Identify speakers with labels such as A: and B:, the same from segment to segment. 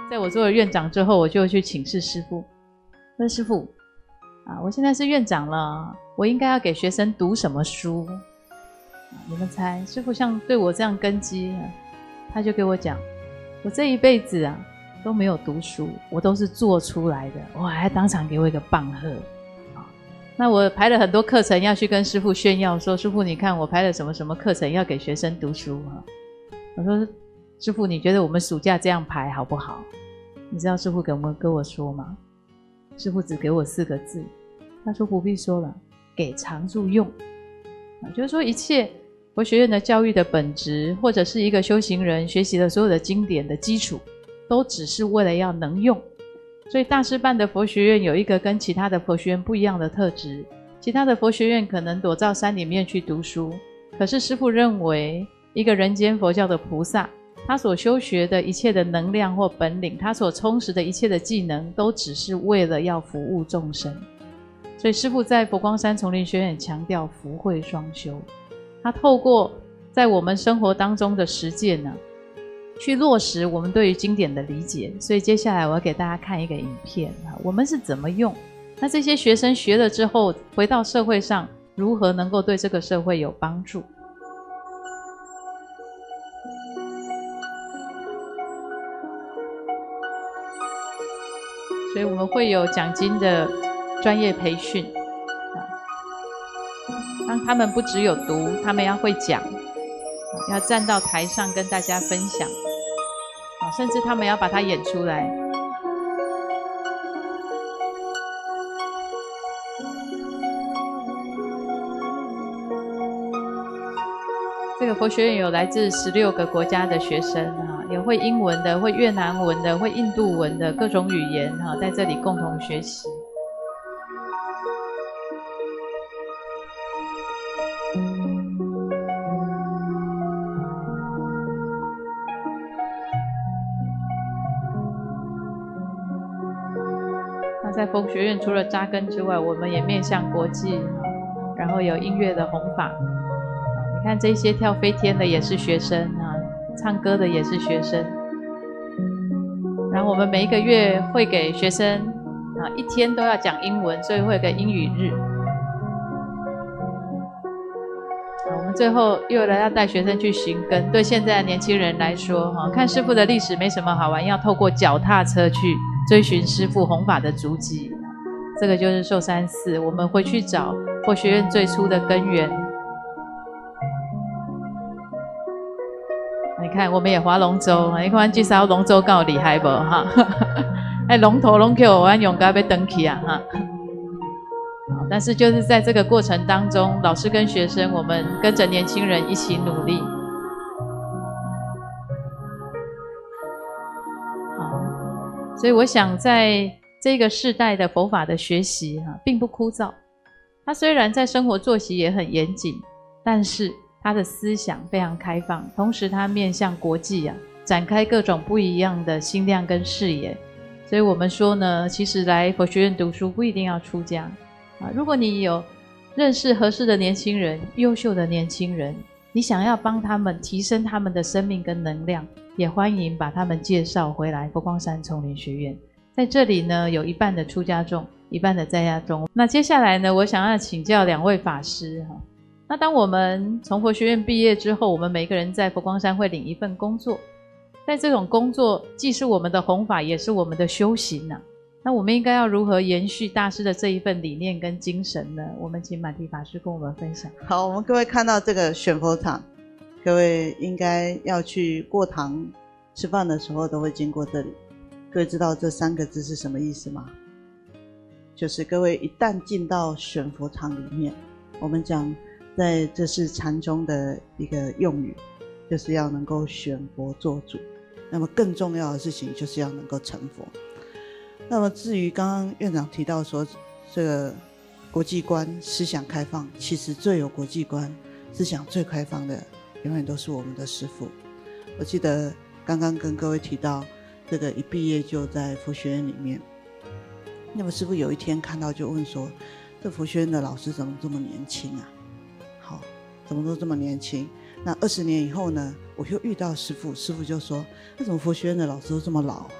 A: 在我做了院长之后，我就去请示师父，问师父我现在是院长了，我应该要给学生读什么书？你们猜，师父像对我这样根基，他就给我讲，我这一辈子都没有读书，我都是做出来的。哇，还当场给我一个棒喝。那我排了很多课程要去跟师父炫耀，说师父你看我排了什么什么课程要给学生读书。我说师父你觉得我们暑假这样排好不好？你知道师父跟我说吗？师父只给我4个字，他说不必说了，给常住用。就是说一切佛学院的教育的本质，或者是一个修行人学习了所有的经典的基础，都只是为了要能用。所以大师办的佛学院有一个跟其他的佛学院不一样的特质，其他的佛学院可能躲到山里面去读书，可是师父认为一个人间佛教的菩萨，他所修学的一切的能量或本领，他所充实的一切的技能，都只是为了要服务众生。所以师父在佛光山丛林学院强调福慧双修，他透过在我们生活当中的实践去落实我们对于经典的理解。所以接下来我要给大家看一个影片，我们是怎么用，那这些学生学了之后回到社会上，如何能够对这个社会有帮助。所以我们会有奖金的专业培训，让他们不只有读，他们要会讲，要站到台上跟大家分享，甚至他们要把它演出来。这个佛学院有来自16个国家的学生也会英文的，会越南文的，会印度文的，各种语言在这里共同学习。那在佛学院除了扎根之外，我们也面向国际，然后有音乐的弘法。你看这些跳飞天的也是学生唱歌的也是学生。然后我们每一个月会给学生1天都要讲英文，所以会有个英语日。我们最后又要带学生去寻根。对现在的年轻人来说看师父的历史没什么好玩，要透过脚踏车去追寻师父弘法的足迹。这个就是寿山寺，我们回去找佛学院最初的根源。你看我们也划龙舟，你看这艘龙舟够厉害不龙头龙口我用到要登去但是就是在这个过程当中，老师跟学生，我们跟着年轻人一起努力。所以我想在这个世代的佛法的学习并不枯燥。它虽然在生活作息也很严谨，但是他的思想非常开放，同时他面向国际展开各种不一样的心量跟视野。所以我们说呢，其实来佛学院读书不一定要出家如果你有认识合适的年轻人，优秀的年轻人，你想要帮他们提升他们的生命跟能量，也欢迎把他们介绍回来佛光山丛林学院。在这里呢，有一半的出家众，一半的在家众。那接下来呢，我想要请教2位法师那当我们从佛学院毕业之后，我们每一个人在佛光山会领一份工作，在这种工作既是我们的弘法，也是我们的修行那我们应该要如何延续大师的这一份理念跟精神呢？我们请满提法师跟我们分享。
B: 好，我们各位看到这个选佛场，各位应该要去过堂吃饭的时候都会经过这里。各位知道这3个字是什么意思吗？就是各位一旦进到选佛场里面，我们讲这是禅宗的一个用语，就是要能够选佛做主。那么更重要的事情就是要能够成佛。那么至于刚刚院长提到说这个国际观思想开放，其实最有国际观思想最开放的永远都是我们的师父。我记得刚刚跟各位提到这个一毕业就在佛学院里面，那么师父有一天看到就问说，这佛学院的老师怎么这么年轻啊？好，怎么都这么年轻？那20年以后呢，我又遇到师父，师父就说，为什么佛学院的老师都这么老？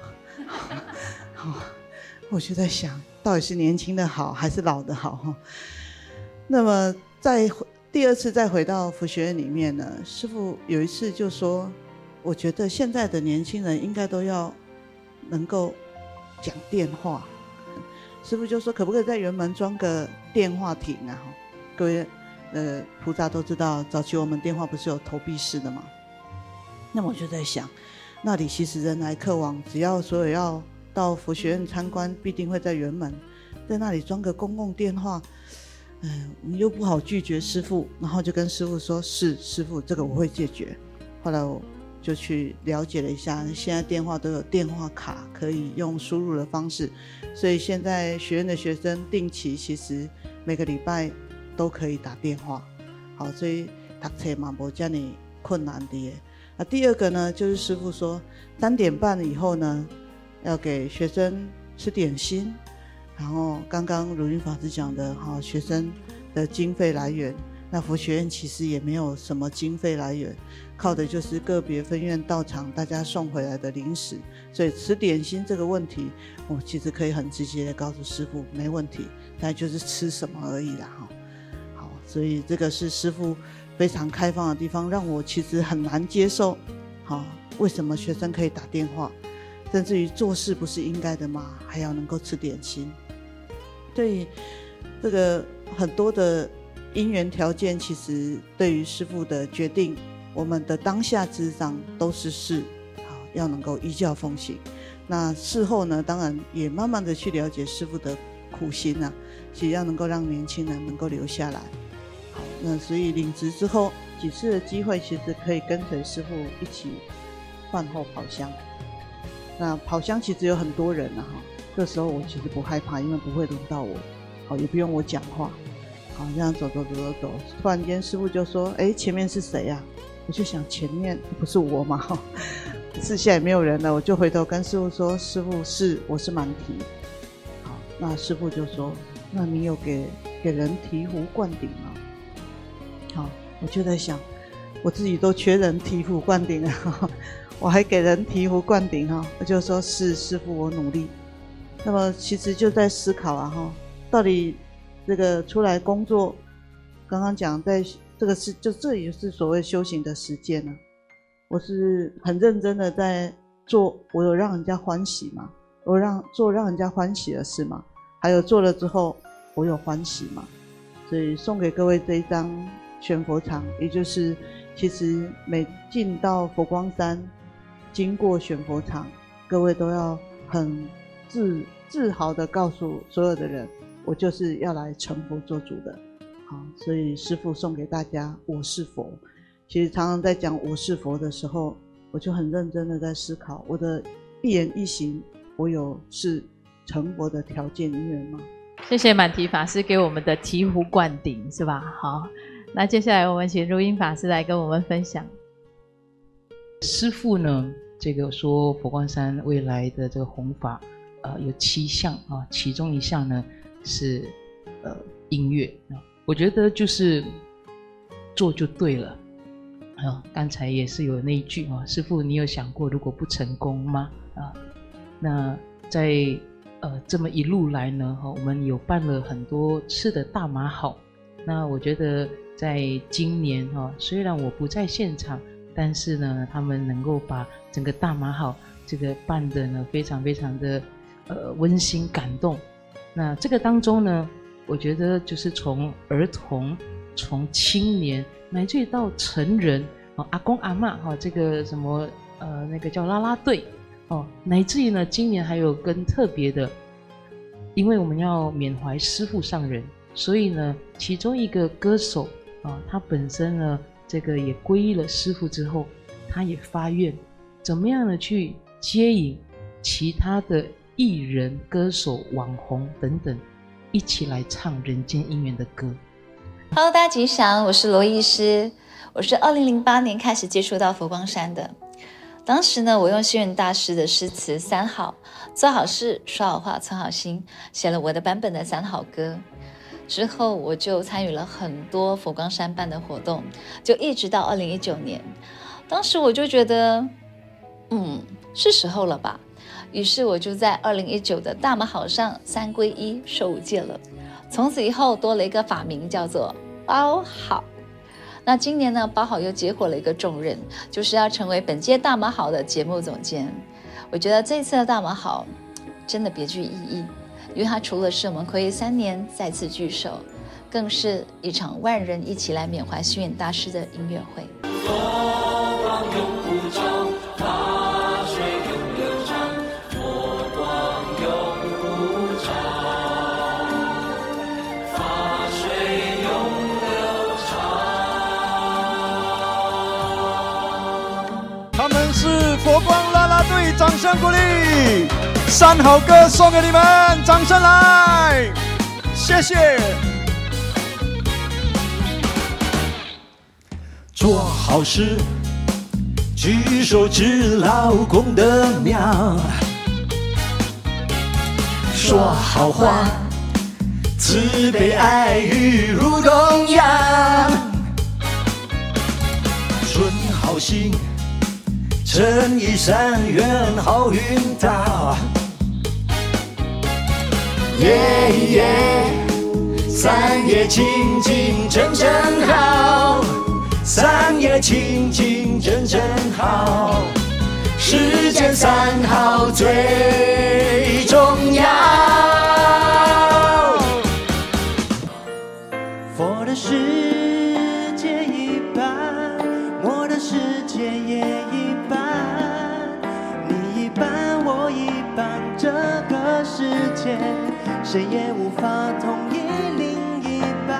B: 我就在想，到底是年轻的好还是老的好？那么在第二次再回到佛学院里面呢，师父有一次就说，我觉得现在的年轻人应该都要能够讲电话。师父就说，可不可以在园门装个电话亭啊？各位菩萨都知道，早期我们电话不是有投币式的吗？那么我就在想，那里其实人来客往，只要所有要到佛学院参观，必定会在园门，在那里装个公共电话。我们又不好拒绝师父，然后就跟师父说，是师父，这个我会解决。后来我就去了解了一下，现在电话都有电话卡，可以用输入的方式，所以现在学院的学生定期其实每个礼拜都可以打电话。好，所以读册嘛没这么困难的。第二个呢，就是师父说3点半以后呢，要给学生吃点心。然后刚刚如云法师讲的，学生的经费来源，那佛学院其实也没有什么经费来源，靠的就是个别分院道场大家送回来的零食。所以吃点心这个问题，我其实可以很直接的告诉师父，没问题，但就是吃什么而已啦。好，所以这个是师父非常开放的地方，让我其实很难接受。为什么学生可以打电话，甚至于做事不是应该的吗？还要能够吃点心。对这个很多的因缘条件，其实对于师父的决定，我们的当下之上都是事，要能够依教奉行。那事后呢，当然也慢慢的去了解师父的苦心啊，其实要能够让年轻人能够留下来。好，那所以领职之后几次的机会，其实可以跟随师父一起饭后跑香。那跑香其实有很多人这时候我其实不害怕，因为不会轮到我，也不用我讲话，这样走，突然间师父就说，前面是谁啊？我就想前面不是我嘛，四下也没有人了，我就回头跟师父说，师父我是满提。好，那师父就说，那你有给人醍醐灌顶吗？好，我就在想，我自己都缺人醍醐灌顶了，我还给人醍醐灌顶我就说是师父，我努力。那么其实就在思考到底这个出来工作，刚刚讲在这个是这也是所谓修行的实践呢。我是很认真的在做，我有让人家欢喜吗？我做让人家欢喜的事吗？还有做了之后我有欢喜吗？所以送给各位这一张选佛场，也就是其实每进到佛光山，经过选佛场，各位都要很自豪的告诉所有的人，我就是要来成佛做主的。好，所以师父送给大家，我是佛。其实常常在讲我是佛的时候，我就很认真的在思考，我的一言一行，我有是成佛的条件因缘吗？
A: 谢谢满提法师给我们的醍醐灌顶，是吧？好，那接下来我们请如音法师来跟我们分享。
C: 师父呢，这个说佛光山未来的这个弘法有7项其中一项呢是音乐我觉得就是做就对了刚才也是有那一句师父你有想过如果不成功吗？那在这么一路来呢我们有办了很多次的大马好。那我觉得在今年虽然我不在现场，但是呢他们能够把整个大马好这个办的呢非常非常的温馨感动。那这个当中呢，我觉得就是从儿童，从青年，乃至于到成人阿公阿嬷这个什么那个叫啦啦队乃至于呢今年还有更特别的，因为我们要缅怀师父上人，所以呢其中一个歌手他本身呢这个也皈依了师父之后，他也发愿怎么样的去接引其他的艺人、歌手、网红等等一起来唱人间姻缘的歌。
D: Hello， 大家吉祥，我是罗医师。我是2008年开始接触到佛光山的。当时呢，我用星云大师的诗词3好，做好事、说好话、存好心，写了我的版本的3好歌。之后我就参与了很多佛光山办的活动，就一直到2019年。当时我就觉得，是时候了吧。 于是我就在2019的大马好上3皈依受五戒了。从此以后多了一个法名叫做包好。那今年呢，包好又接获了一个重任，就是要成为本届大马好的节目总监。我觉得这次的大马好真的别具意义，因为它除了是我们暌违3年再次聚首，更是一场万人一起来缅怀虚远大师的音乐会。
E: 他们是佛光啦啦队，掌声鼓励！3好歌送给你们，掌声来，谢谢。做好事，举手之劳功德妙；说好话，慈悲爱语如东洋；存好心，诚意善愿好运到。三业清净真好，三业清净真好，世间3好最重要。佛的世界一半，我的世界也一半，你一半我一半，这个世界谁也无法统一另一半。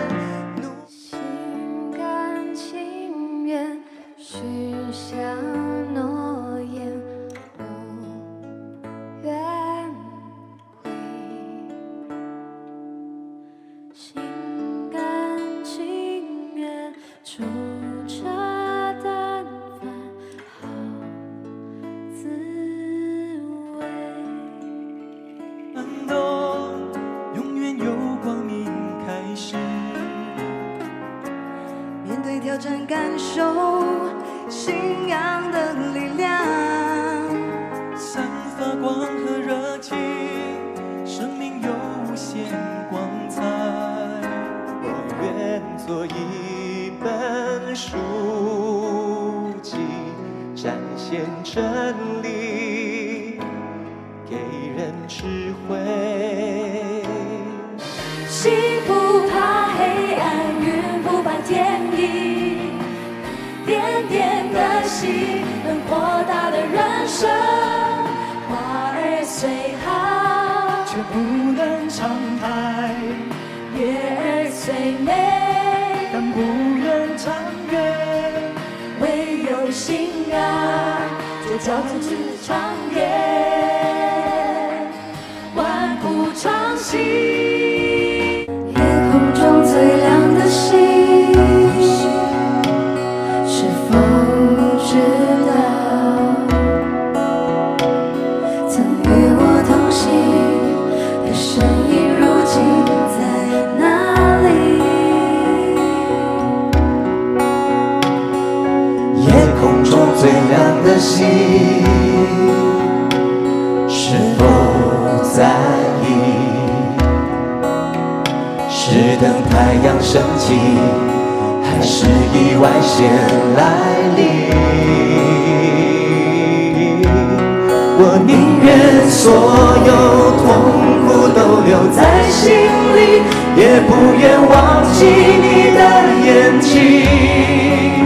F: 心甘情愿许下诺言，不愿回。心甘情愿出这淡饭，好滋味。
E: 难道永远有光明开始？
F: 面对挑战，感受信仰的力量，
E: 散发光和热情，生命有无限光彩。我愿做一本书籍，展现真理，给人智慧。
F: 心不怕黑暗，云不怕天意，点点的心能扩大的人生。花儿虽好，
E: 却不能常态；
F: 月儿虽美，
E: 但不能长远。
F: 唯有心啊，这叫做长远，万古长新。夜空中最亮的星，是否知道？曾与我同行的身影，如今在哪里？
E: 夜空中最亮的星，是否在意？是等太阳升起，还是意外先来临？我宁愿所有痛苦都留在心里，也不愿忘记你的眼睛。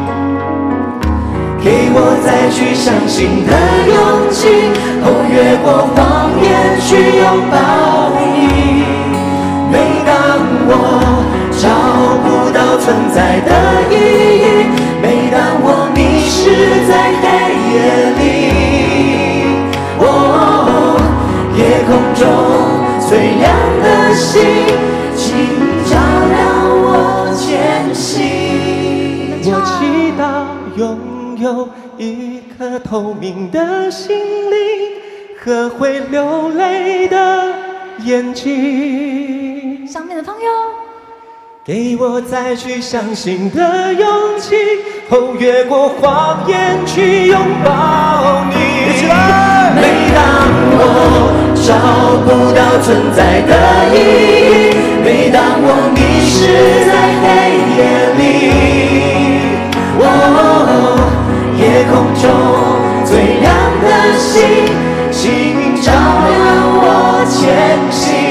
E: 给我再去相信的勇气，越过谎言去拥抱你。每当我找不到存在的意义，每当我迷失在黑夜里，夜空中最亮的星，请照亮我前行。我祈祷拥有一颗透明的心灵和会流泪的眼睛，
F: 上面的朋友，
E: 给我再去相信的勇气，越过谎言去拥抱你。一起来！ 让我找不到存在的意义。每当我迷失在黑夜里，夜空中最亮的星，请照亮我前行。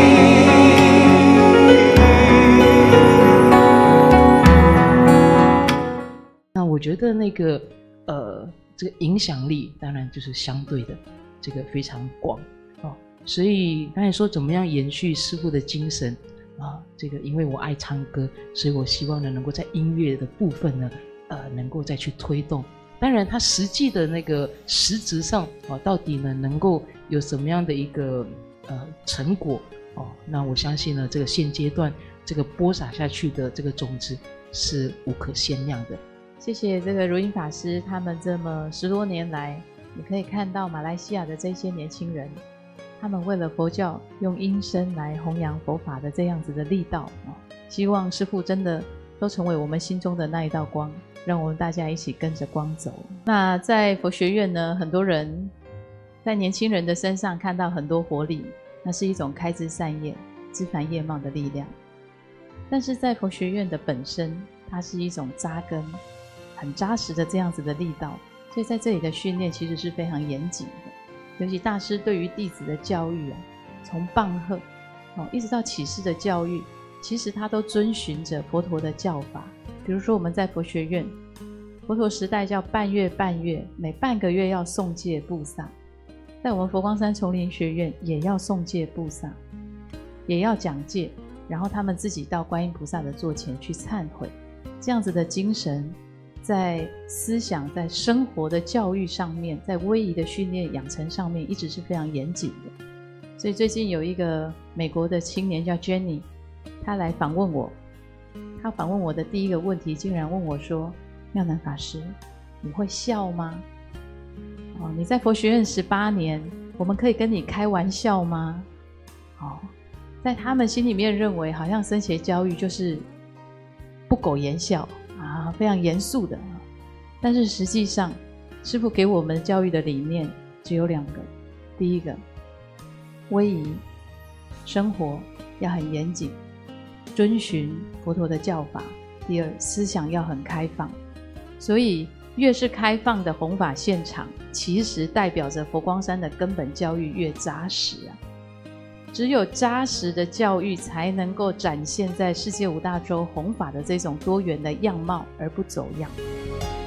C: 那我觉得那个这个影响力当然就是相对的这个非常广哦，所以刚才说怎么样延续师父的精神啊，这个因为我爱唱歌，所以我希望呢能够在音乐的部分呢能够再去推动。当然它实际的那个实质上到底呢能够有什么样的一个成果那我相信呢这个现阶段这个播撒下去的这个种子是无可限量的。
A: 谢谢这个如音法师，他们这么10多年来，你可以看到马来西亚的这些年轻人，他们为了佛教用音声来弘扬佛法的这样子的力道希望师父真的都成为我们心中的那一道光，让我们大家一起跟着光走。那在佛学院呢，很多人在年轻人的身上看到很多活力，那是一种开枝散叶、枝繁叶茂的力量。但是在佛学院的本身，它是一种扎根很扎实的这样子的力道，所以在这里的训练其实是非常严谨的。尤其大师对于弟子的教育从棒喝一直到启示的教育，其实他都遵循着佛陀的教法。比如说我们在佛学院，佛陀时代叫半月半月，每半个月要诵戒布萨。在我们佛光山丛林学院也要诵戒布萨，也要讲戒，然后他们自己到观音菩萨的座前去忏悔。这样子的精神在思想在生活的教育上面，在威仪的训练养成上面一直是非常严谨的。所以最近有一个美国的青年叫 Jenny， 他来访问我，他访问我的第一个问题竟然问我说，妙南法师，你会笑吗？你在佛学院18年，我们可以跟你开玩笑吗？在他们心里面认为好像僧伽教育就是不苟言笑非常严肃的。但是实际上师父给我们教育的理念只有2个，第一个威仪生活要很严谨，遵循佛陀的教法；第二思想要很开放。所以越是开放的弘法现场，其实代表着佛光山的根本教育越扎实只有扎实的教育才能够展现在世界5大洲弘法的这种多元的样貌，而不走样。